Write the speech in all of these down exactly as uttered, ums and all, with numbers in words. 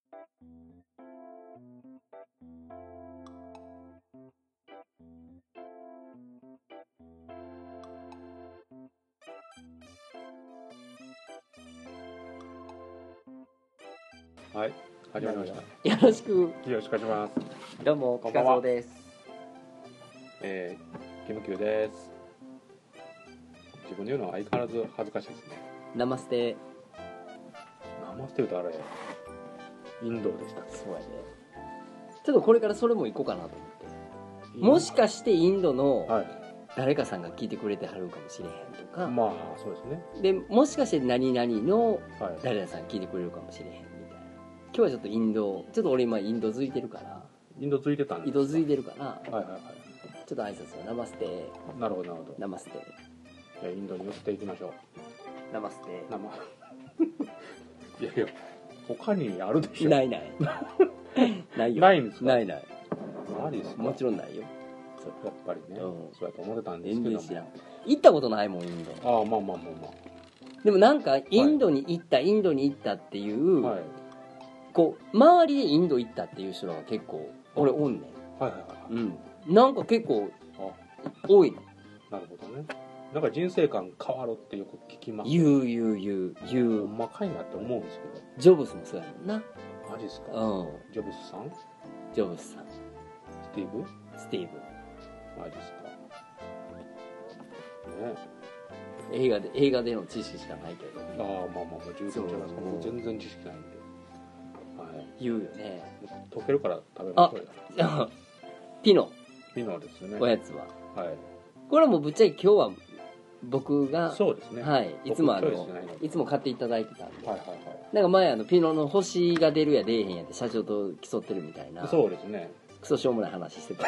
はい、始まりました。 よろしく。 よろしくお願いします。 どうも、ピカゾーです。 えー、キムキューです。自分で言うのは相変わらず恥ずかしいですね。 ナマステ。 ナマステ言うとあれ、インドでした。 そうやね。ちょっとこれからそれも行こうかなと思って。もしかしてインドの誰かさんが聞いてくれてはるかもしれへんとか。 まあ、そうですね。 で、もしかして何々の誰かさん聞いてくれるかもしれへんみたいな。今日はちょっとインド、ちょっと俺今インド付いてるから。 インド付いてたんですか。 インド付いてるから。はいはいはい。 ちょっと挨拶をナマステ。 なるほどなるほど。 ナマステ。 じゃあインドに寄せていきましょう。 ナマステ。 ナマいやいや、他にあるでしょ。 ないない。ないよ。 ないんですか。 ないない。 マジですか。 もちろんないよ。 やっぱりね、うん、そうやと思ってたんですけども。 行ったことないもん、インド。 ああ、まあまあまあまあ。 でもなんかインドに行った、はい、インドに行ったっていう、はい、こう周りでインド行ったっていう人が結構俺おんねん。はいはいはい。うん。なんか結構多いの。 なるほどね。なんか人生観変わるってよく聞きます。 言う言う言う言う。 ほんまかいなって思うんですけど。 ジョブスもそうやもんな。 マジですか。 うん。 ジョブスさん。 ジョブスさん。 スティーブ。 スティーブ。 マジですか。ね。 映画で映画での知識しかないけど。 ああまあまあまあ十分違います。僕全然知識ないんで。 はい。言うよね。 溶けるから食べましょうよ。 あ、ピノ。 ピノですね。 おやつは。 はい。 これはもうぶっちゃけ今日は僕がそうですね。 はい。いつもあのいつも買っていただいてたんで。はいはいはい。なんか前あのピノの星が出るや出えへんやって社長と競ってるみたいな。そうですね。クソしょうもない話してた。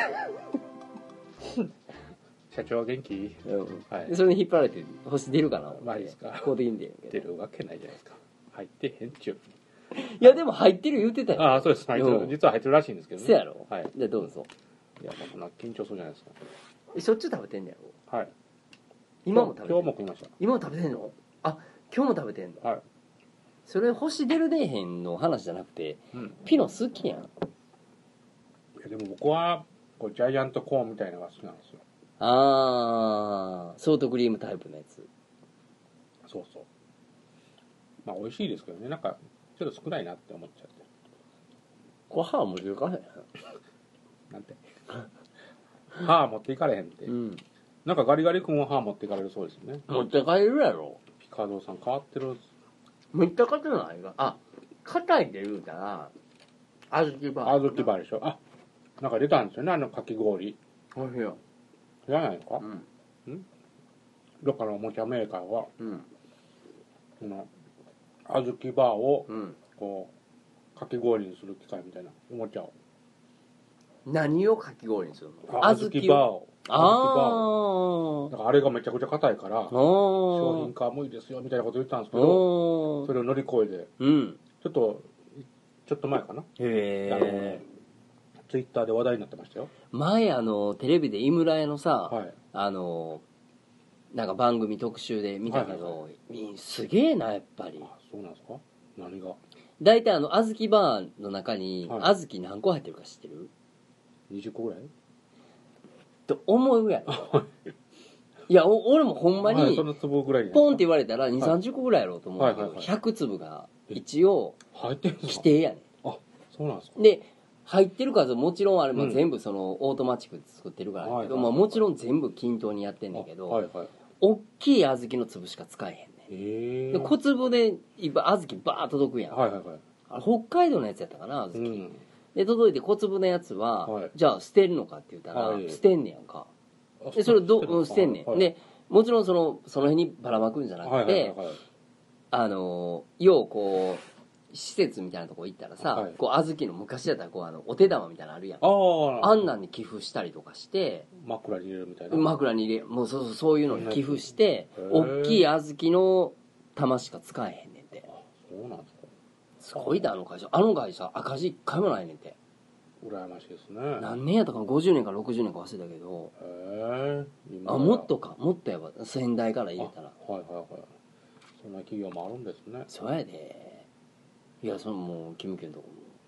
社長は元気？うん。はい。でそれに引っ張られて星出るかな。 まあいいですか。 こうでいいんだよ。 出るわけないじゃないですか。入ってへんちゅう。 いやでも入ってる言ってたよ。 ああそうです。入ってる。実は入ってるらしいんですけどね。 そうやろ。 はい。 じゃあどうぞ。 いやまあ緊張そうじゃないですか。 しょっちゅう食べてんねやろ。はい。 今も食べてんの？今日も食いました。 今も食べてんの？あ、今日も食べてんの？はい。それ星出る出えへんの話じゃなくて、うん、ピノ好きやん。いやでも僕はこうジャイアントコーンみたいなのが好きなんですよ。 ああ、ソートクリームタイプのやつ。 そうそう。まあ美味しいですけどね。なんかちょっと少ないなって思っちゃって。 これ歯持っていかへん。 なんて。歯持っていかれへんって。うん。なんかガリガリ君は歯持っていかれるそうですよね。 持って帰るやろ。 ピカドーさん変わってる。 めっちゃ硬ないが。あ、硬いって言うたら、あずきバー。 あずきバーでしょ。あ、なんか出たんですよね、あのかき氷。 おいしいよ。 知らないのか？うん。ん？どっかのおもちゃメーカーは、うん。この、あずきバーを、うん、こう、かき氷にする機械みたいなおもちゃを。 何をかき氷にするの？ あずきバーを。ああ。だからあれがめちゃくちゃ硬いから、商品化無理ですよみたいなこと言ったんですけど、それを乗り越えて、うん、ちょっと、ちょっと前かな。へえ。ツイッターで話題になってましたよ。 前あのテレビで井村屋のさ、はい、あのなんか番組特集で見たけど、はいはいはい、すげえなやっぱり。 あ、そうなんですか。何が？ 大体あの小豆バーの中に、はい、小豆何個入ってるか知ってる？ にじゅっこぐらい？ と思うやろ。いやお俺もほんまに、はい、 その粒ぐらいポンって言われたらにじゅう、さんじゅっこぐらいやろうと思うけど、はいはいはい、ひゃくつぶが一応規定やねん。 あ、そうなんですか。 で入ってる数もちろんあれも全部そのオートマチックで作ってるからだけど、まあもちろん全部均等にやってんねんけど、はいはい、大きい小豆の粒しか使えへんねん。で小粒で小豆バーッ届くやん、はいはいはい、あれ北海道のやつやったかな小豆、うん、で届いて小粒のやつは、はい、じゃあ捨てるのかって言ったら、はい、捨てんねやんか。でそれをどう捨てんねん、はい、でもちろんそのその辺にばらまくんじゃなくて、はいはいはいはい、あの要こう施設みたいなとこ行ったらさ、はい、こう小豆の昔だったらこうあのお手玉みたいなのあるやん。 あ, あんなんに寄付したりとかして枕に入れるみたいな。 枕に入れもうそうそうそういうのに寄付して大きい小豆の玉しか使えへんねんて。 そうなんですか。 すごいだあの会社。あの会社赤字一回もないねんて。 羨ましいですね。 何年やったかごじゅうねんかろくじゅうねんか忘れたけど、へえ。あもっとかもっとやば先代から入れたら。はいはいはい。そんな企業もあるんですね。 そうやで。いやそのもうキムケンとこも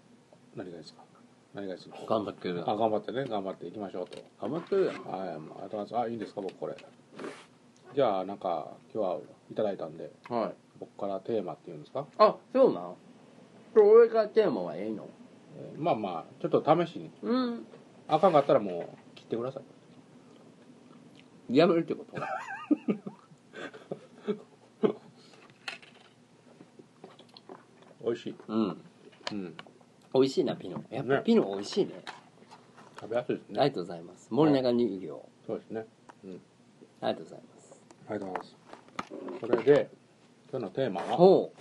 何がですか。何がですか。 頑張ってる。 あ、頑張ってね、頑張っていきましょうと。 頑張ってるやん。 はい、ありがとうございます。あ、いいんですか、僕これ。じゃあ、なんか、今日はいただいたんで、 はい。 僕からテーマっていうんですか。 あ、そうなん。俺からテーマはええの。 えー、まあまあ、ちょっと試しに。 うん。 あかんかったらもう、切ってください。やめるってこと美味しい。 うん。うん。美味しいな、ピノ。やっぱピノ美味しいね。 食べやすいですね。 ありがとうございます。森永乳業。 そうですね。うん。 ありがとうございます。 ありがとうございます。それで、今日のテーマは、 ほう。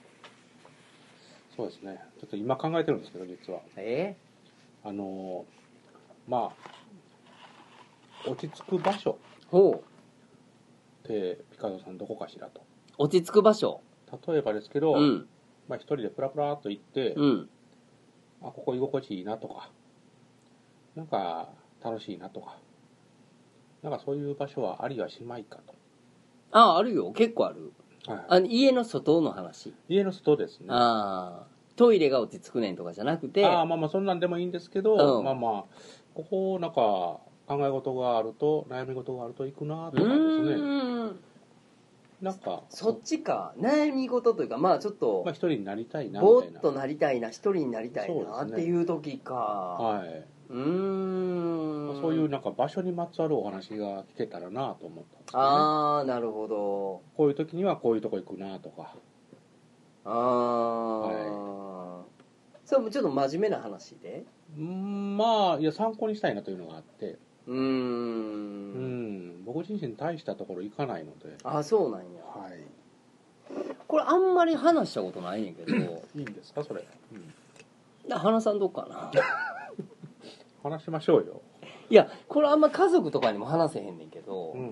そうですね。ちょっと今考えてるんですけど、実は。 えー、あのー、まあ、落ち着く場所。 ほう。ってピカソさんどこかしらと。 落ち着く場所。 例えばですけど、 うん、 まあ一人でプラプラっと行って、 うん、 あ、ここ居心地いいなとか、なんか楽しいなとか、なんかそういう場所はありはしまいかと。 ああ、あるよ。結構ある。はい、あの家の外の話。 家の外ですね。 ああ、トイレが落ち着くねんとかじゃなくて。 ああ、まあまあそんなんでもいいんですけど、うん、まあまあ、ここなんか考え事があると、悩み事があると行くなとかですね。うんなんかそっちか悩み事というかまあちょっとまあ一人になりたいなみたいなぼーっとなりたいな一人になりたいなっていう時か、 はい、 うーんそういうなんか場所にまつわるお話が聞けたらなと思ったんですよね。 ああなるほどこういう時にはこういうとこ行くなとかああ、はい、それもちょっと真面目な話でうんまあいや参考にしたいなというのがあってうーんうん僕自身大したところ行かないのであそうなんや、 はい、 これあんまり話したことないねんけどいいんですかそれ、 うん、話さんとこかな話しましょうよ。 いやこれあんま家族とかにも話せへんねんけど、うん、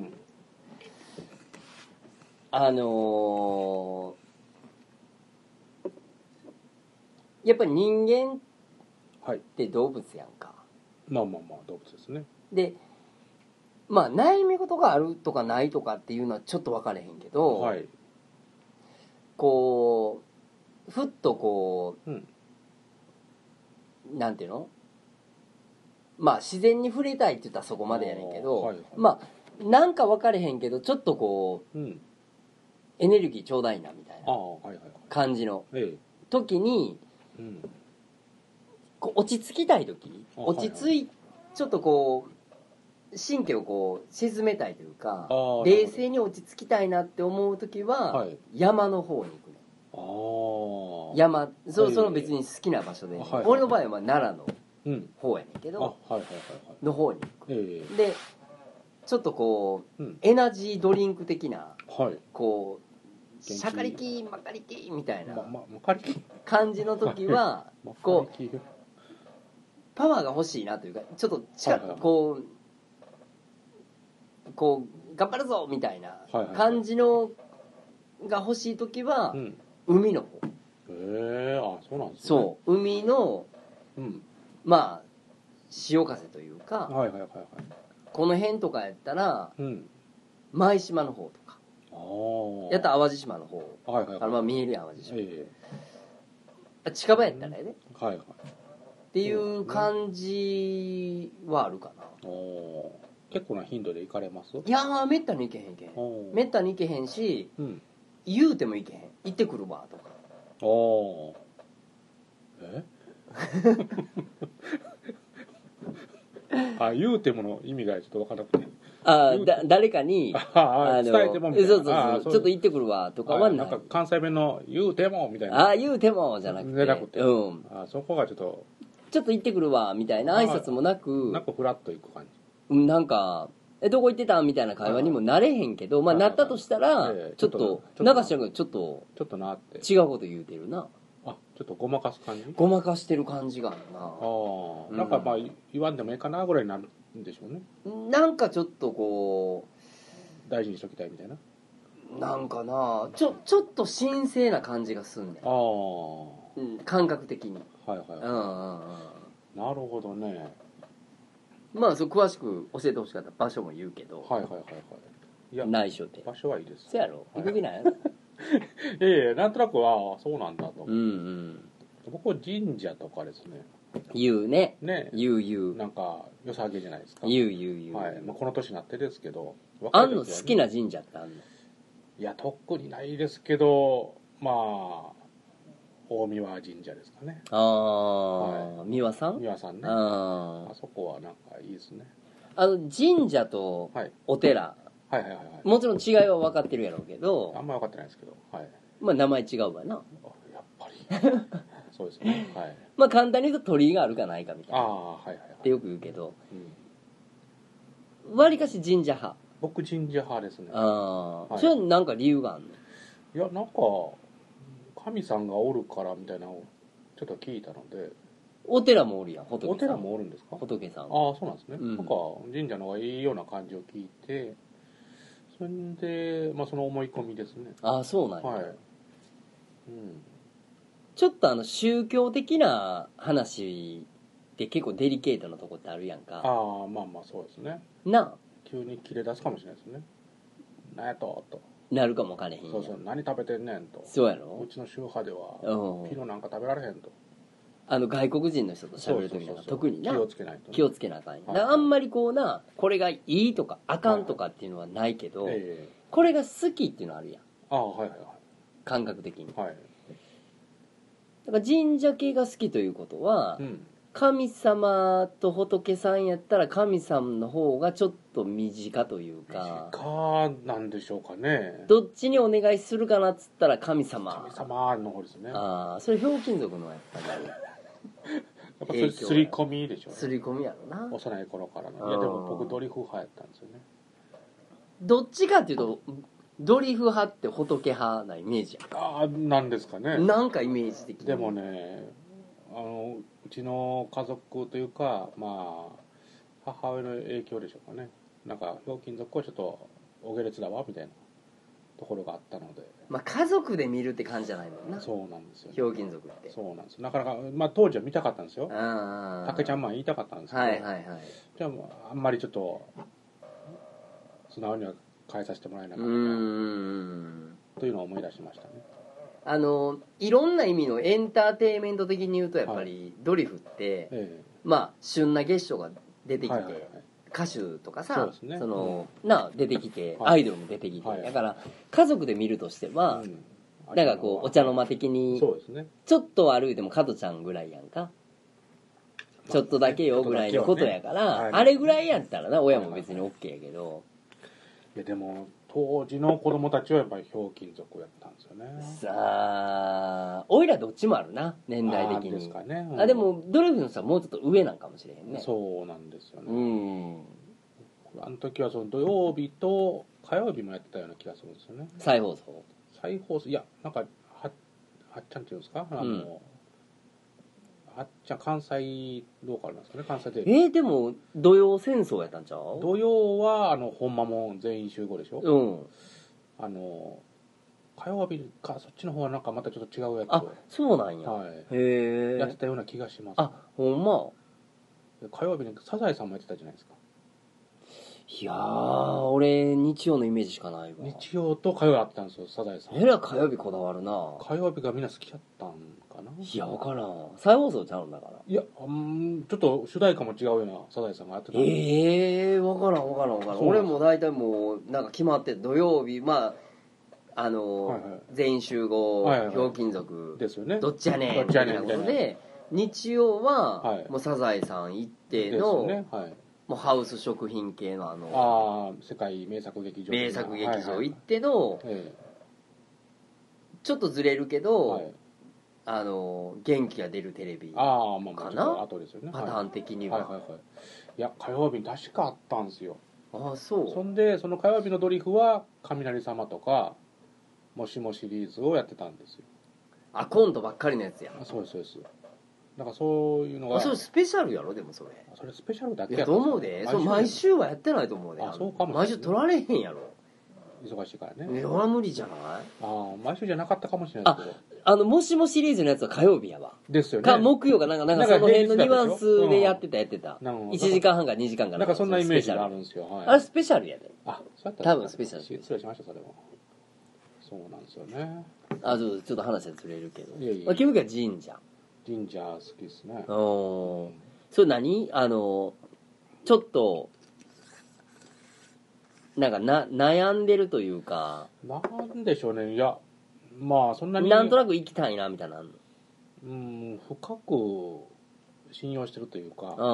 あのー、やっぱり人間って動物やんか、はい、 まあまあまあ動物ですね。 でまあ悩み事があるとかないとかっていうのはちょっと分かれへんけど、はい、こうふっとこう、うん、なんていうのまあ自然に触れたいって言ったらそこまでやねんけど、はいはい、まあなんか分かれへんけどちょっとこう、うん、エネルギーちょうだいなみたいな感じの時に、うん、こう落ち着きたい時落ち着いちょっとこう神経をこう沈めたいというか冷静に落ち着きたいなって思う時は、はい、山の方に行くねあ山 そ, その別に好きな場所で、ねはい、俺の場合はまあ奈良の方やねんけど、はいはいはいはい、の方に行く、えー、でちょっとこう、うん、エナジードリンク的な、はい、こうシャカリキマカリキみたいな感じの時はこうパワーが欲しいなというかちょっと近く、はいはい、こうこう頑張るぞみたいな感じのが欲しい時は、うん、海の方へえあそうなんですねそう海の、うん、まあ潮風というか、はいはいはいはい、この辺とかやったら、うん、舞島の方とかあやったら淡路島の方、はいはいはい、あまあ見えるやん淡路島、えー、近場やったらやで、うん、はいはいっていう感じはあるかな、 お結構な頻度で行かれます？ いやーめったに行けへん行けへんめったに行けへんし、うん、言うても行けへん行ってくるわとかおえあ言うてもの意味がちょっと分からなくてあだ誰かにあ伝えてもみたいなそうそうそうちょっと行ってくるわとかはないなんか関西弁の言うてもみたいなあ言うてもじゃなくてじゃなくて、 うん、あそこがちょっとちょっと行ってくるわみたいな挨拶もなくなんかフラッと行く感じなんかえどこ行ってたみたいな会話にもなれへんけどまあなったとしたらちょっと流しちゃうけどちょっとちょっとなって違うこと言うてるなあちょっとごまかす感じごまかしてる感じがあるなあ、 うん、なんかまあ言わんでもいいかなぐらいになるんでしょうねなんかちょっとこう大事にしときたいみたいななんかなちょちょっと神聖な感じがすんねんあ、うん、感覚的にはいはいはい、うんうんうんなるほどねまあそう詳しく教えてほしかった場所も言うけどはいはいはいはいいや内緒で場所はいいですそうやろ行く気ないいやいやなんとなくはそうなんだと思う、うんうん、 僕は神社とかですね。 言うね。 ね。 言う言う。 なんか良さげじゃないですか。 言う言う言う。 はい。まあ、この年になってですけど。 あんの好きな神社ってあんの？ いや特にないですけど、まあ大三輪神社ですかね。 ああ、はい、三輪さん？ 三輪さんね。 ああそこはなんかいいですね。 あの神社とお寺、 はい、はいはいはいはい。 もちろん違いは分かってるやろうけど。 あんまり分かってないですけど。はい。 まあ名前違うわな。 やっぱり。そうですね。はい。 まあ簡単に言うと鳥居があるかないかみたいな。 ああ、はいはい、はい。 ってよく言うけど。わり、うん、かし神社派。 僕神社派ですね。 ああ、はい、それは何か理由があるの？ いやなんか神さんがおるからみたいなのをちょっと聞いたので。 お寺もおるやん、仏さん。 お寺もおるんですか？ 仏さん。ああ、 そうなんですね、うん、なんか神社の方がいいような感じを聞いて、それで、まあ、その思い込みですね。 ああ、そうなんや。はい、うん、ちょっとあの宗教的な話って結構デリケートなとこってあるやんか。 ああ、まあまあそうですね。 なあ、 急に切れ出すかもしれないですね。なんやととなるかも分かれへんやん。 そうそう、何食べてんねんと。 そうやろ。 うちの宗派ではピノなんか食べられへんと。 あの外国人の人と喋るときは特にな気をつけないと、ね、 気をつけなあかん、はいはい、あんまりこうなこれがいいとかあかんとかっていうのはないけど、はいはい、えー、これが好きっていうのはあるやん。 ああ、はいはいはい、 感覚的に、 はい、 だから神社系が好きということは、うん、神様と仏さんやったら神様の方がちょっと身近というか、 身近なんでしょうかね。 どっちにお願いするかなっつったら神様神様の方ですね。 ああ、それひょうきん族のやっぱりやっぱそれ刷り込みでしょうね。 刷り込みやろな、 幼い頃からの。いやでも僕ドリフ派やったんですよね。 どっちかっていうとドリフ派って仏派なイメージやん。 ああ、なんですかね。 なんかイメージ的に。 でもね、あのうちの家族というか、まあ母親の影響でしょうかね。なんかひょうきん族はちょっとお下劣だわみたいなところがあったので、 まあ家族で見るって感じじゃないもんな。 そうなんですよ、ね、 ひょうきん族って。 そうなんです。なかなか、まあ、当時は見たかったんですよ。たけちゃんマン言いたかったんですけど、 はいはいはい、 じゃああんまりちょっと素直には変えさせてもらえなかったなというのを思い出しましたね。あのいろんな意味のエンターテインメント的に言うとやっぱりドリフって、ええ、まあ旬な月賞が出てきて、はいはいはい、歌手とかさ、そうですね、その、うん、な出てきて、はい、アイドルも出てきて、はい、だから家族で見るとしては、うん、なんかこうお茶の間的に、そうですね、ちょっと歩いても加トちゃんぐらいやんか、まあ、ちょっとだけよぐらいのことやから、ね、はい、あれぐらいやったらな親も別に OK やけど、 いやでも当時の子供たちはやっぱりひょうきん族やったんですよね。 さあおいらどっちもあるな年代的に。 ですかね、うん、 あでもドリフの人はもうちょっと上なんかもしれへんね。 そうなんですよね、 うん、 あの時はその土曜日と火曜日もやってたような気がするんですよね。 再放送再放送いやなんか は, はっちゃんっていうんですか、あの、うん、はっちゃん関西ローカルなんですかね、関西テレビ。 えー、でも土曜戦争やったんちゃう？ 土曜はあのほんまもん全員集合でしょ。うん。あの火曜日かそっちの方はなんかまたちょっと違うやつ。 あ、そうなんや。はい。へえ。 やってたような気がします。 あ、ほんま。 火曜日にサザエさんもやってたじゃないですか。 いやー俺日曜のイメージしかないわ。 日曜と火曜あったんですよ、サザエさん。 えら火曜日こだわるな。 火曜日がみんな好きだったんかな。 いや分からん、再放送ちゃうんだから。 いや、うん、ちょっと主題歌も違うようなサザエさんがやってた。 ええー、分からん分からん分からん。俺も大体もうなんか決まって土曜日まああの、はいはい、全員集合、はいはいはい、ひょうきん族ですよね。どっちやねんみたいなことで、日曜は、はい、もうサザエさん一定の、ね、はい、もうハウス食品系のあのあ世界名作劇場名作劇場行っての、はいはい、ちょっとずれるけど、はい、あの元気が出るテレビかな、あ、まあ、まあ後ですよね、パターン的には、はいはいはいはい、 いや火曜日に確かあったんですよ。 ああそう。 そんでその火曜日のドリフは雷様とかもしもシリーズをやってたんですよ。 あ、コントばっかりのやつや。 あ、そうですそうです。だからそういうのが。 あ、それスペシャルやろでもそれ。 それスペシャルだけやったんですか。いやと思うで。毎週, 毎週はやってないと思うで。 あ、そうかもしれない。 毎週取られへんやろ。 忙しいからね。 いや無理じゃない。 ああ、毎週じゃなかったかもしれないですけど。 あ、あのもしもシリーズのやつは火曜日やわ。 ですよね。 か木曜かなんかなんかその辺のニュアンスでやってたやってた。いちじかんはんかにじかんかなんかそんなイメージがあるんですよ。 はい、あれスペシャルやで。 あ、そうやった。 多分スペシャル。 失礼しましたそれも。そうなんですよね。 あ、ちょっとちょっと話はずれるけど。いやいや、まあ、基本的には神社。 神社好きですね。 おー、それ何あのちょっとなんかな悩んでるというか、 なんでしょうね。いやまあそんなになんとなく行きたいなみたいな。 うん、深く信用してるというか、うん、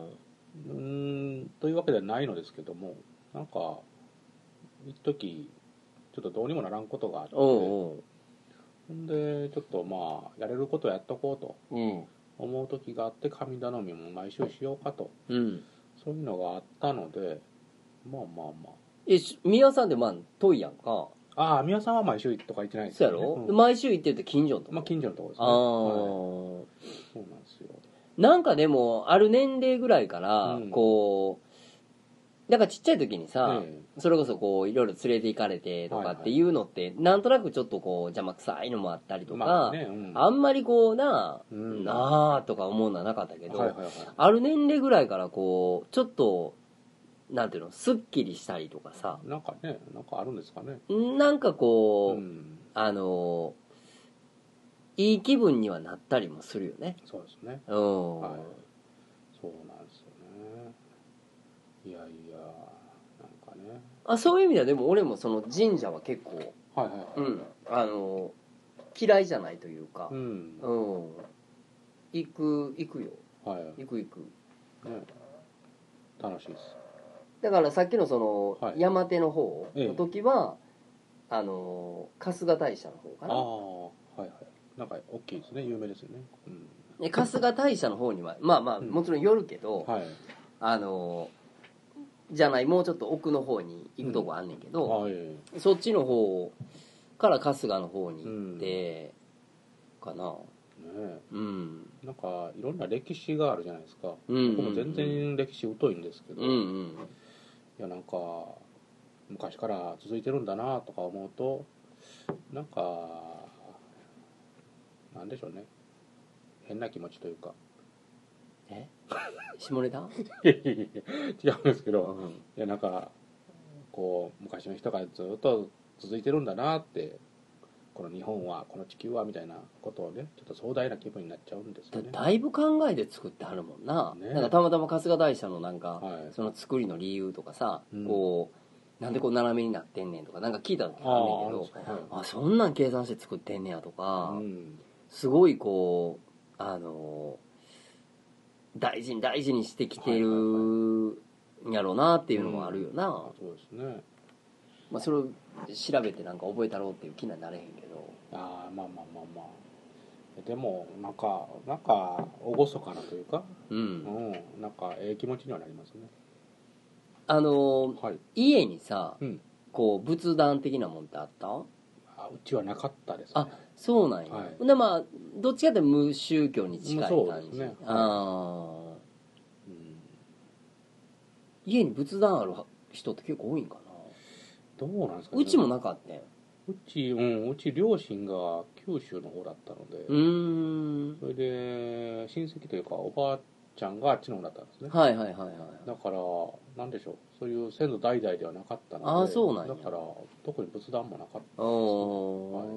うんというわけではないのですけども、なんか一時ちょっとどうにもならんことがあって、ほんでちょっとまあやれることやっとこうと思う時があって、神頼みも毎週しようかと、うん、そういうのがあったので、まあまあまあ。 え、宮さんってまあ遠いやんか。 ああ、宮さんは毎週とか行ってないですよね。そうやろ、うん、毎週行ってるって近所のとこ。 まあ近所のとこですね。ああ、はい、そうなんですよ。 なんかでもある年齢ぐらいから、うん、こうだからちっちゃい時にさ、ええ、それこそこういろいろ連れて行かれてとかっていうのって、はいはい、なんとなくちょっとこう邪魔くさいのもあったりとか、まあね、うん、あんまりこうな、うん、なあとか思うのはなかったけど、はいはいはい、ある年齢ぐらいからこうちょっとなんていうの、すっきりしたりとかさ、 なんかね、なんかあるんですかね。 なんかこう、うん、あのいい気分にはなったりもするよね。 そうですね。うん、はい、そうなんですよね。いやいや、なんかね。 あ、そういう意味ではでも俺もその神社は結構、はいはいはい、うん、あの嫌いじゃないというか、うん、うん、行く行くよ。はい、行く行く。ね、 楽しいです。 だからさっきのその、はい、山手の方の時は、ええ、あの春日大社の方かな。ああ、 はいはい。なんか大きいですね、有名ですよね。 うん、春日大社の方にはまあまあもちろん寄るけど、うん、はい、あのじゃないもうちょっと奥の方に行くとこあんねんけど、うん、はい、そっちの方から春日の方に行って、うん、かな。ね、 うん、なんかいろんな歴史があるじゃないですか。うんうんうん、僕も全然歴史疎いんですけど、うんうん、いやなんか昔から続いてるんだなとか思うと、なんかなんでしょうね、変な気持ちというか。 え下ネタいやいやいや違うんですけど、うん、いやなんかこう昔の人がずっと続いてるんだなって、この日本はこの地球はみたいなことをね、ちょっと壮大な気分になっちゃうんですよね。 だ, だいぶ考えて作ってはるもんな、ね、なんかたまたま春日大社のなんか、はい、その作りの理由とかさ、うん、こうなんでこう斜めになってんねんとかなんか聞いた時あんねんけど、あ、はい、あそんなん計算して作ってんねやとか、うん、すごいこうあの大事に大事にしてきてるんやろうなっていうのもあるよな、うん、 そうですね。 まあ、それを調べてなんか覚えたろうっていう気にはなれへんけど、 ああまあまあまあまあ、でもなんかなんか厳かなというか、うん、うん、なんかええ気持ちにはなりますね。 あのーはい、家にさ、うん、こう仏壇的なもんってあった？ あ、うちはなかったですね。 あ、そうなんや、はい、でまあどっちかって無宗教に近い感じ、そうですね、はい、あ、うん、家に仏壇ある人って結構多いんかな。 どうなんですかね。 うちもなかったん。 うち、うん、うち両親が九州の方だったので、うーん、それで親戚というかおばあちゃんがあっちの方だったんですね。 はいはいはいはい。 だからなんでしょう、そういう先祖代々ではなかったので、 ああそうなんや。 だから特に仏壇もなかったんですよ、はい、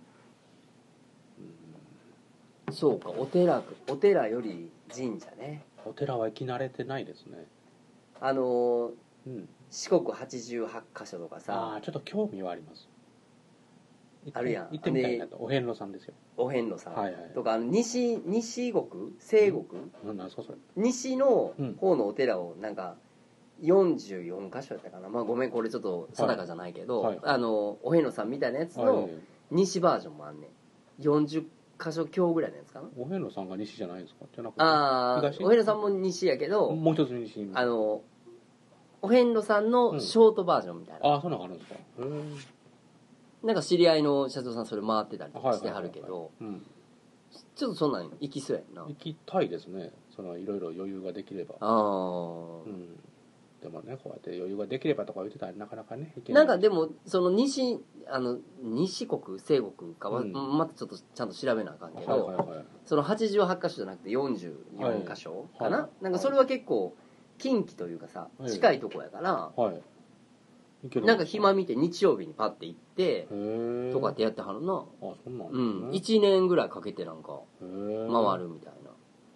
うん、そうか、お寺お寺より神社ね。 お寺は行き慣れてないですね。 あのーうん、四国はちじゅうはちか所とかさ、 ああちょっと興味はあります。 あるやん。 行ってみたいなと。お遍路さんですよ。 お遍路さん、はいはい、とかあの西西国西国、うん、なんですかそれ。西の方のお寺をなんかよんじゅうよんかしょやったかな、まあごめんこれちょっと定かじゃないけど、はいはい、あのお遍路さんみたいなやつの西バージョンもあんねん。よんじゅっかしょ強ぐらいのやつかな。 お遍路さんが西じゃないんですか。じゃなくて、 ああお遍路さんも西やけど、 もう一つ西、 あのお遍路さんのショートバージョンみたいな、 うん、ああそんなのがあるんですか。へえ。 なんか知り合いの社長さんそれ回ってたりとかしてはるけど、ちょっとそんなん行きそうやんな。 行きたいですね。そのいろいろ余裕ができれば。ああ、うん。でもねこうやって余裕ができればとか言ってたらなかなかね行けない。 なんかでもその西あの西国西国かは、うん、またちょっとちゃんと調べなあかんけど、はいはいはい、そのはちじゅうはちかしょじゃなくてよんじゅうよんかしょかな、はいはい、なんかそれは結構近畿というかさ、はい、近いとこやから、はい、 なんか暇見て日曜日にパッて行ってとかってやってはるな。あ、 そうなんですね。 うん、いちねんぐらいかけてなんか回るみたいな。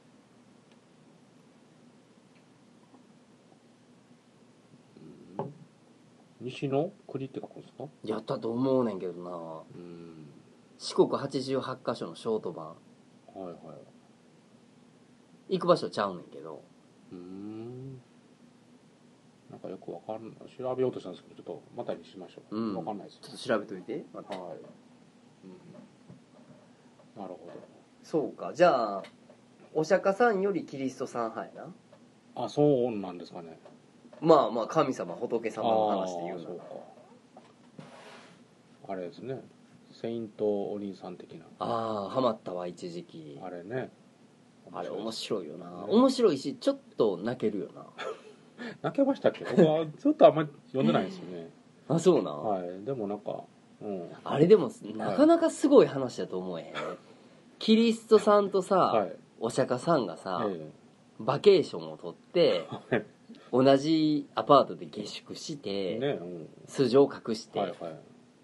西の国って書くんですか？ やったと思うねんけどな。うん、四国はちじゅうはちカ所のショート版。はいはい。行く場所ちゃうねんけど。うーん。 なんかよくわかんない。調べようとしたんですけど、ちょっとまたにしましょう。うん。わかんないです。 ちょっと調べといて。また。はい。 うん。なるほど。 そうか。じゃあ、お釈迦さんよりキリストさん派やな。 あ、そうなんですかね。 まあまあ神様仏様の話で言うの。そうか。 あれですね。セイントお兄さん的な。 ああ、ハマったわ一時期。 あれね。 あれ面白いよな、ね、面白いしちょっと泣けるよな。 泣けましたっけ？僕はずっとあんまり読んでないんですよね。 あ、そうな。 はいでもなんか、うん、 あれでもなかなかすごい話だと思えへん、はい、キリストさんとさ、はい、お釈迦さんがさ、ええ、バケーションを取って同じアパートで下宿して、ね、うん、素性を隠して、はいはい、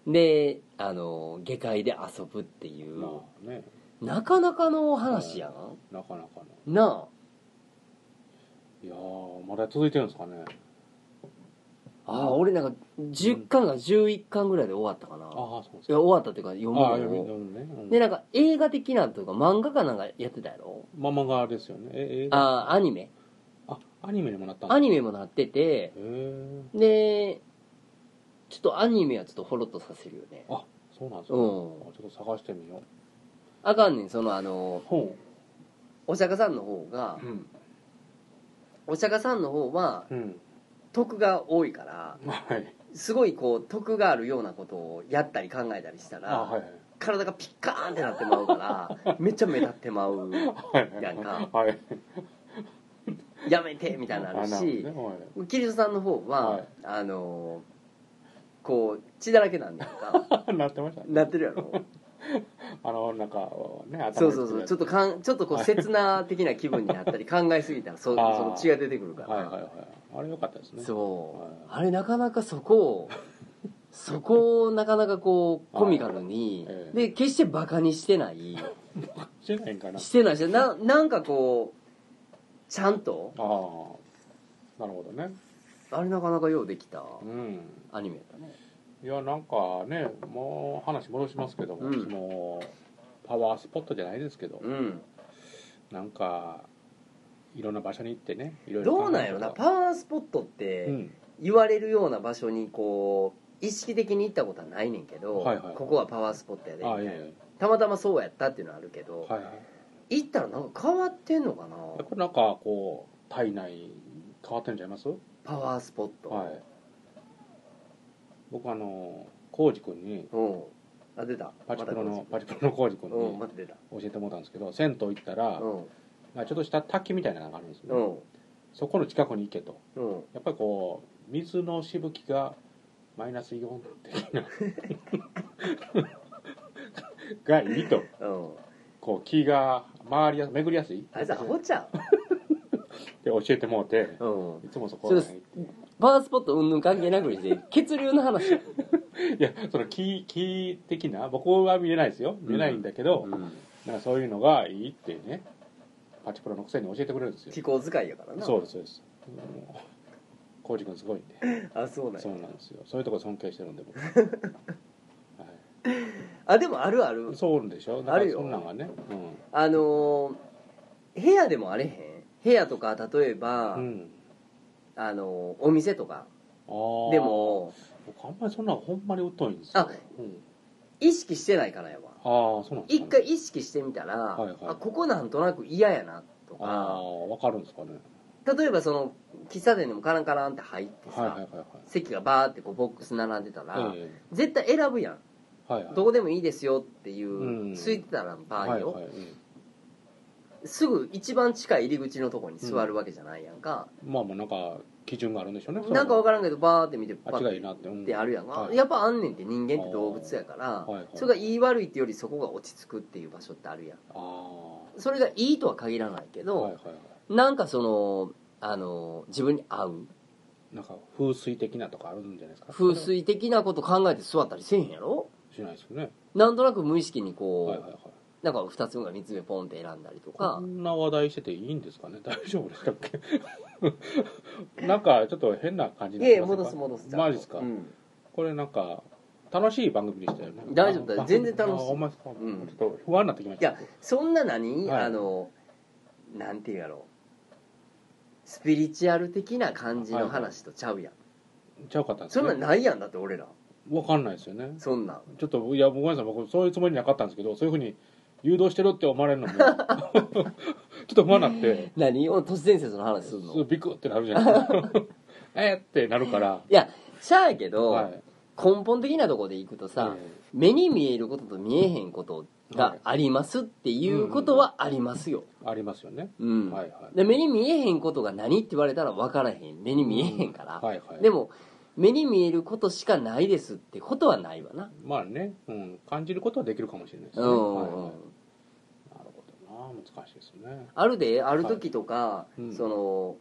であの下界で遊ぶっていう、まあね、なかなかの話やん、はい、 なかなかのなあ。 いやーまだ続いてるんですかね。 ああ、俺なんかじゅっかんがじゅういっかんぐらいで終わったかな、うん、ああそうですか。いや終わったっていうか読むのを、ね、うん、でなんか映画的なというか漫画かなんかやってたやろ。 漫画ですよね。え映画あアニメ。 あアニメにもなったんですか。 アニメもなってて、でちょっとアニメはちょっとホロッとさせるよね。 あそうなんですか、うん、ちょっと探してみよう。 あかんねん、そのあのお釈迦さんの方が、うん、お釈迦さんの方は、うん、徳が多いから、はい、すごいこう徳があるようなことをやったり考えたりしたら、はいはい、体がピッカーンってなってまうからめっちゃ目立ってまうやんか、はい、やめてみたいになるし、ね、はい、キリストさんの方は、はい、あのこう血だらけなんだよかなってました、ね、 なってるやろあのなんかね、頭そうそうそう、ちょっとかんちょっとこう刹那的な気分になったり考えすぎたらそその血が出てくるから、はいはいはい、 あれ良かったですね。 そう、 はい、 あれなかなかそこをそこをなかなかこうコミカルに、ええ、で決してバカにしてないしてないんかなしてないしな、なんかこうちゃんと、 ああなるほどね、 あれなかなかようできた、うん、アニメやったね。 いやなんかね、もう話戻しますけども、うん、そのパワースポットじゃないですけど、うん、なんかいろんな場所に行ってね、いろいろどうなんやろな、パワースポットって言われるような場所にこう意識的に行ったことはないねんけど、はいはいはい、ここはパワースポットやでみたいな、たまたまそうやったっていうのはあるけど、はいはい、行ったらなんか変わってんのかな。 これなんかこう体内変わってんじゃいます？ パワースポット、はい、 僕あの浩司君に、 あ出たパチプロのパチプロの浩司君に教えてもらったんですけど、銭湯行ったら、ちょっとした滝みたいなのがあるんですよね。そこの近くに行けと、やっぱりこう水のしぶきがマイナスイオン的ながいいと、こう気が回りや巡りやすい、 あいつアホちゃうって教えてもらって、いつもそこにパワースポットうんぬん関係なくして血流の話いやその気気的な、僕は見れないですよ、見れないんだけど、うんうん、なんかそういうのがいいってね、パチプロのくせに教えてくれるんですよ。 気候使いやからな。 そうですそうです。浩司君すごいんで。 あ、そうなんや。 そうなんですよ。そういうとこ尊敬してるんで僕、はい、 あでもあるある。 そうでしょ。あるよ。そんなんがね、 うん、あのー、部屋でもあれへん。部屋とか例えば、うん、あのお店とかでも僕あんまりそんなほんまに疎いんですよ。あ、 うん、意識してないからやわ。 ああそうなんですか、 ね、一回意識してみたら、はいはい、あここなんとなく嫌やなとか、 あ分かるんですかね。 例えばその喫茶店でもカランカランって入ってさ、はいはいはいはい、席がバーってこうボックス並んでたら、えー、絶対選ぶやん、はいはい、どこでもいいですよっていう、うん、空いてたら場合よ、はいはい、うん、すぐ一番近い入り口のとこに座るわけじゃないやんか、 うん、まあまあなんか基準があるんでしょうね。 なんか分からんけどバーって見てパッていいなって、うん、 ってあるやんか、はい、やっぱあんねんって、人間って動物やから、はいはい、それが言い悪いってよりそこが落ち着くっていう場所ってあるやん。あそれがいいとは限らないけど、はいはいはい、なんかそのあの自分に合うなんか風水的なとかあるんじゃないですか。 風水的なこと考えて座ったりせえへんやろ。 しないですよね。 なんとなく無意識にこう、はいはいはい、なんかふたつめかみっつめポンって選んだりとか。 こんな話題してていいんですかね。大丈夫でしたっけなんかちょっと変な感じになってますか。 戻す戻す。 マジですか、うん、これなんか楽しい番組でしたよね。 大丈夫だ、全然楽しい。 あ、まあ、うん、ちょっと不安になってきました。 いや、そんな何、はい、あのなんていうやろう、スピリチュアル的な感じの話とちゃうやん、はいはい、 ちゃうかったんですね。そんなんないやん。だって俺ら分かんないですよね。 そんなんちょっと、いやごめんなさい、僕そういうつもりなかったんですけど、そういうふうに誘導してるって思われるのもちょっと不安になって。 何を都市伝説の話するの。 ビクってなるじゃないですかえーってなるから。 いやしゃあやけど、はい、根本的なところでいくとさ、えー、目に見えることと見えへんことがありますっていうことはありますよ、 うんうん、ありますよね、 うんはいはい、で目に見えへんことが何って言われたら分からへん、目に見えへんから、うんはいはい、でも目に見えることしかないですってことはないわな。 まあね、うん、感じることはできるかもしれないですね、うんはいはい、なるほどな、難しいですね。 あるで、ある時とか、はいうん、その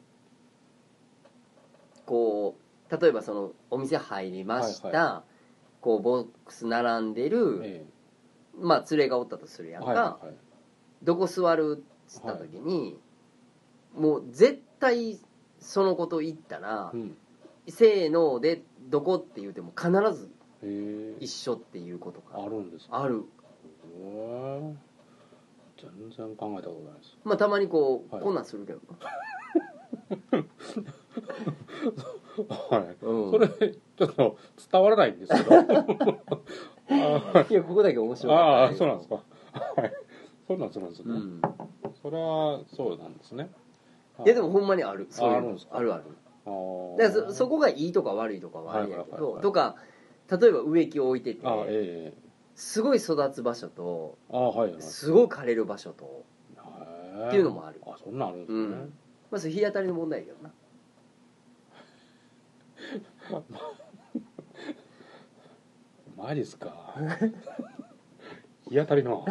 こう例えばそのお店入りました、はいはい、こうボックス並んでる、ええ、まあ連れがおったとするやんか、はいはいはい、どこ座るっつった時に、はい、もう絶対そのこと言ったら、うん、せーのでどこって言うても必ず一緒っていうことがあるんですか。 ある。 へ全然考えたことないです。 まあたまにこう、はい、こんなんするけどはい、うん、それちょっと伝わらないんですけどいやここだけ面白い。 ああそうなんですかはいそうなんですね、うん、それはそうなんですね。 いやでもほんまにある。そういうあるんですか。 あるある。だから そ, そこがいいとか悪いとかはあるんやけど、はいはいはいはい、とか例えば植木を置いてて、あ、えー、すごい育つ場所と、あ、はいはい、すごい枯れる場所とっていうのもある。 あ、そんなんあるんですね、うん、 まあそれ日当たりの問題やけどなマジっすか日当たりの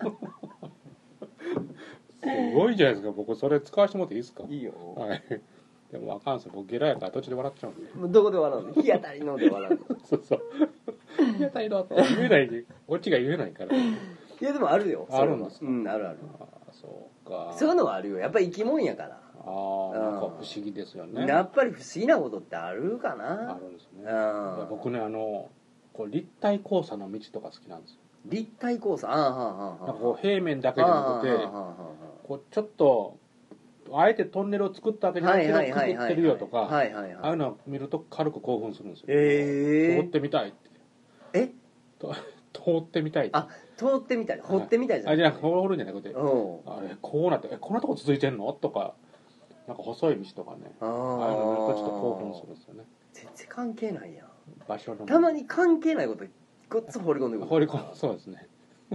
すごいじゃないですか。僕それ使わせてもらっていいですか。 いいよ、 はい、でも分かんないですよ、僕ゲラやから途中で笑っちゃうんで。 どこで笑うの。日当たりので笑うのそうそう日当たりのって言えないでこっちが言えないから。いやでもあるよ。 あるんですか。 うん、あるある。 あ、そうか。 そういうのはあるよ。やっぱり生き物やから。 ああ、なんか不思議ですよね。 やっぱり不思議なことってあるかな。 あるんですね。僕ね、あのこう立体交差の道とか好きなんですよ。 立体交差、ああ、はあ、はあ、 なんかこう平面だけじゃなくて、こうちょっとあえてトンネルを作ったわけじゃないけどくぐってるよとか、ああいうのを見ると軽く興奮するんですよ。えー、通ってみたいって。え？通ってみたいって。 あ、通ってみたい。掘ってみたいじゃん。 あ、じゃあ掘るんじゃなくて、あれこうなって、え、こんなとこ続いてんのとか、なんか細い道とかね、ああいうの見るとちょっと興奮するんですよね。 全然関係ないやん。 場所の。 たまに関係ないことごっつ放り込んでくる。 放り込む、そうですね。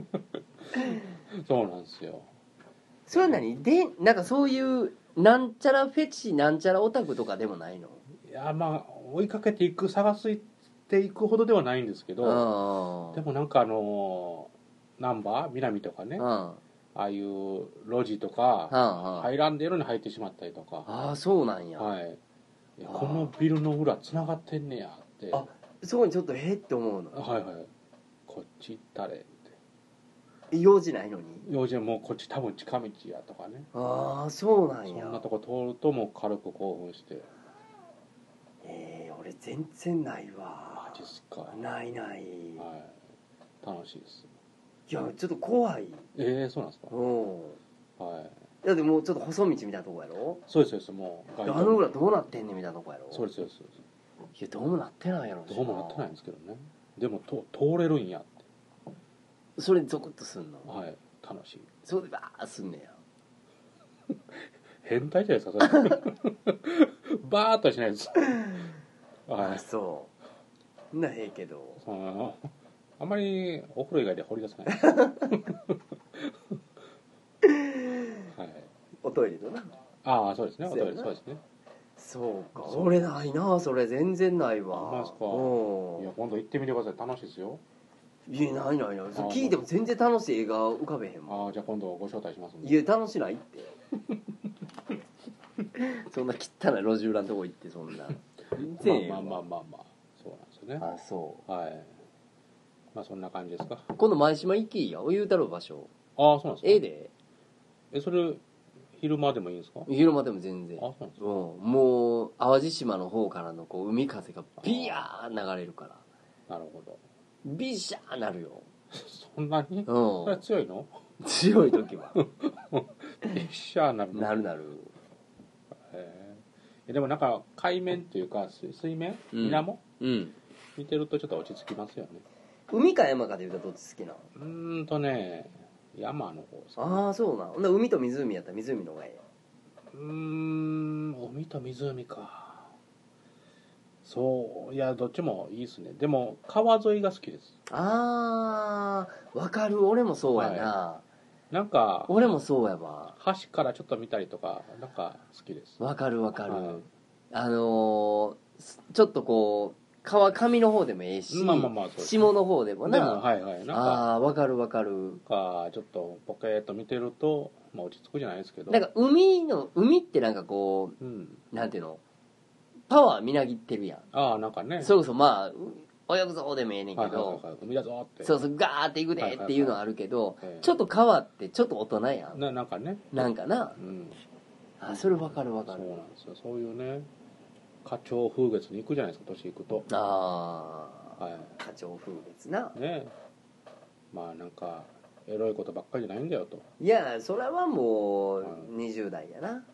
そうなんですよ。 それは何で、なんかそういうなんちゃらフェチなんちゃらオタクとかでもないの？ いや、まあ追いかけていく、探していくほどではないんですけど、でもなんかあの難波南とかね、ああいう路地とか入らんでるのに入ってしまったりとか。 ああ、そうなんや。 はい。このビルの裏つながってんねやって。 あ、そこにちょっとへって思うの。 はいはい。こっち行ったれって。 用事ないのに。 用事はもうこっち多分近道やとかね。 ああ、そうなんや。 そんなとこ通るともう軽く興奮して。 ええー、俺全然ないわ。 マジっすか。 ないない。はい。 楽しいです。 いやちょっと怖い。 ええー、そうなんですか。うん。 はい。だってもうちょっと細道みたいなとこやろ。 そうですそうです。もうあの裏どうなってんねんみたいなとこやろ。 そうですそうです。 いやどうもなってないやろ。 どうもなってないんですけどね。でもと通れるんやって。 それゾクッとすんの。 はい。楽しい。 それでバーすんねや。変態じゃないですかそれ。バーっとはしないです。 はい。そう。なええけど。 ああんまりお風呂以外で掘り出さない。はい。 おトイレとな。 ああそうですね。おトイレそうですね。 そうか。俺ないな、それ全然ないわ。 あんまですか。いや今度行ってみてください。楽しいですよ。 いやないないない。聞いても全然楽しい映画浮かべへんもん。 ああじゃあ今度ご招待しますんで。 いや楽しないって。そんな汚い路地裏のとこ行ってそんな。 全然ええわ。 まあまあまあまあまあそうなんですよね。 あ、そう。 はい。まあそんな感じですか。 今度前島行きや、言うたろ場所。 ああそうなんですか。 ええで。 えそれ昼間でもいいんですか。 昼間でも全然。 あそうなんですか。 うん、もう淡路島の方からのこう海風がビヤー流れるから。 なるほど。 ビシャーなるよ。 そんなに？うん。それ強いの？ 強い時は。 ビシャーなるの？ なるなる。 へえ。でもなんか海面っていうか水面、水面、うん、見てるとちょっと落ち着きますよね。 海か山かで言うとどっち好きなの？ うーんとね山の方ですか、ね、ああそうなの。海と湖やったら湖の方がいい。 うーん海と湖か。そういやどっちもいいですね。でも川沿いが好きです。 ああわかる。俺もそうやな、はい、なんか俺もそうやわ。 橋からちょっと見たりとかなんか好きです。 わかるわかる、はい、あのー、ちょっとこう川上の方でもええし、まあまあまあ下の方でもな。でもはいはいなんかああわかるわかる。 かちょっとポケーっと見てると、まあ、落ち着くじゃないですけど。 なんか海の海ってなんかこう、うん、なんていうのパワーみなぎってるやん。 ああなんかね。 それこそまあ泳ぐぞでもええねんけど、はいはいはい、 海だぞって。 そうそうガーって行くでっていうのはあるけど、はいはいはい、ちょっと川ってちょっと大人やん。 ななんかね。 なんかな。うん、あそれわかるわかる。 そうなんですよ。そういうね花鳥風月に行くじゃないですか年行くと。ああ、はい、花鳥風月な。 ねまあなんかエロいことばっかりじゃないんだよと。 いやそれはもうにじゅう代やな、はい、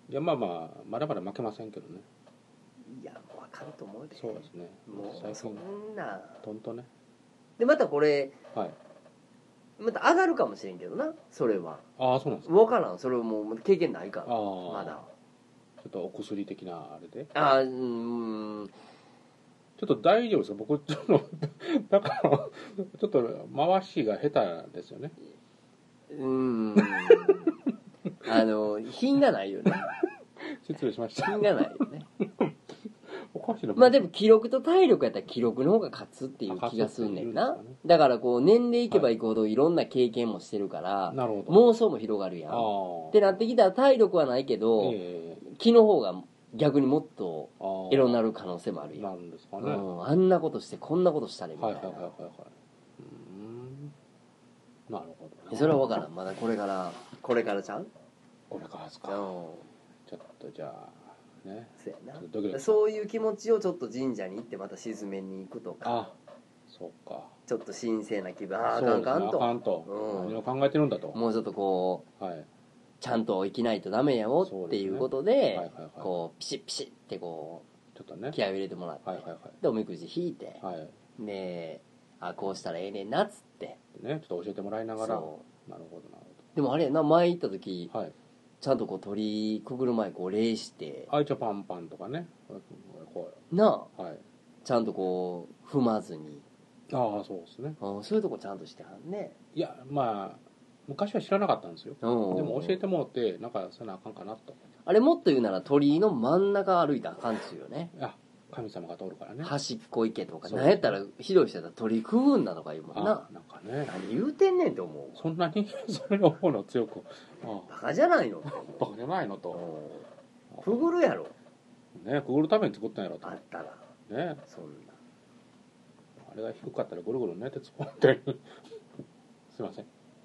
いやまあまあまだまだ負けませんけどね。 いや分かると思うで。 そうですね。 もうそんなトンとね。 でまたこれ、はい、また上がるかもしれんけどなそれは。 ああそうなんですか。 分からんそれはもう経験ないからまだ。 ちょっとお薬的なあれで。 ああうんちょっと大丈夫ですか。僕ちょっとだからちょっと回しが下手ですよね。うんあの品がないよね。 失礼しました。 品がないよね。 おかしいな。 まあでも記録と体力やったら記録の方が勝つっていう気がすんねんな。ね、だからこう年齢いけばいくほどいろんな経験もしてるから、はい、妄想も広がるやん。ってなってきたら体力はないけど、えー、気の方が逆にもっとエロになる可能性もあるやん。 なるんですかね、うん。 あんなことしてこんなことしたねみたいな。はいはいはいはい。うーんなるほど、ね。 それは分からん。まだこれからこれからちゃう？ これからですか。ちょっとじゃあね。 そうやな。ドキドキそういう気持ちをちょっと神社に行ってまた鎮めに行くとか。あ、 そうか。 ちょっと神聖な気分。ああかんかんと。 あかんと。うん、何を考えてるんだと。 もうちょっとこう、はい、ちゃんと生きないとダメやよっていうことで、ねはいはいはい、こうピシッピシッってこうちょっとね気合を入れてもらって、はいはいはい、でおみくじ引いて、はい、であこうしたらええねんなっつってねちょっと教えてもらいながら。なるほどなるほど。 でもあれやな前行った時。はいちゃんとこう鳥居くぐる前こう礼してあいちょパンパンとかねなあ、はい、ちゃんとこう踏まずにああそうですねあそういうとこちゃんとしてはんね。 いやまあ昔は知らなかったんですよ。でも教えてもらってなんかそんなあかんかなと。 あれもっと言うなら鳥居の真ん中歩いたらあかんですよね。 あ神様が通るからね。 端っこ行けとか何やったらひどい人やったら鳥居くぐんなとか言うもんな。なんかね何言うてんねんって思う。 そんなにそれを思うの強くああバカじゃないのバカじゃないのとくぐるやろねくぐるために作ったんやろとあったらねそんなあれが低かったらぐるぐるね鉄棒みたいにすいません。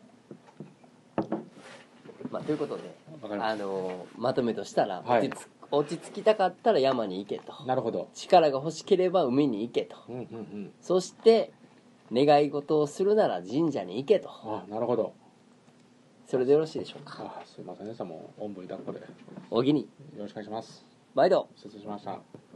まあということであのまとめとしたら、はい、落ち着落ち着きたかったら山に行けと。 なるほど。 力が欲しければ海に行けと、うんうんうん、そして願い事をするなら神社に行けと。 あなるほど。 それでよろしいでしょうか。 あすいませんねさもうおんぶに抱っこでおぎによろしくお願いします。 毎度失礼しました。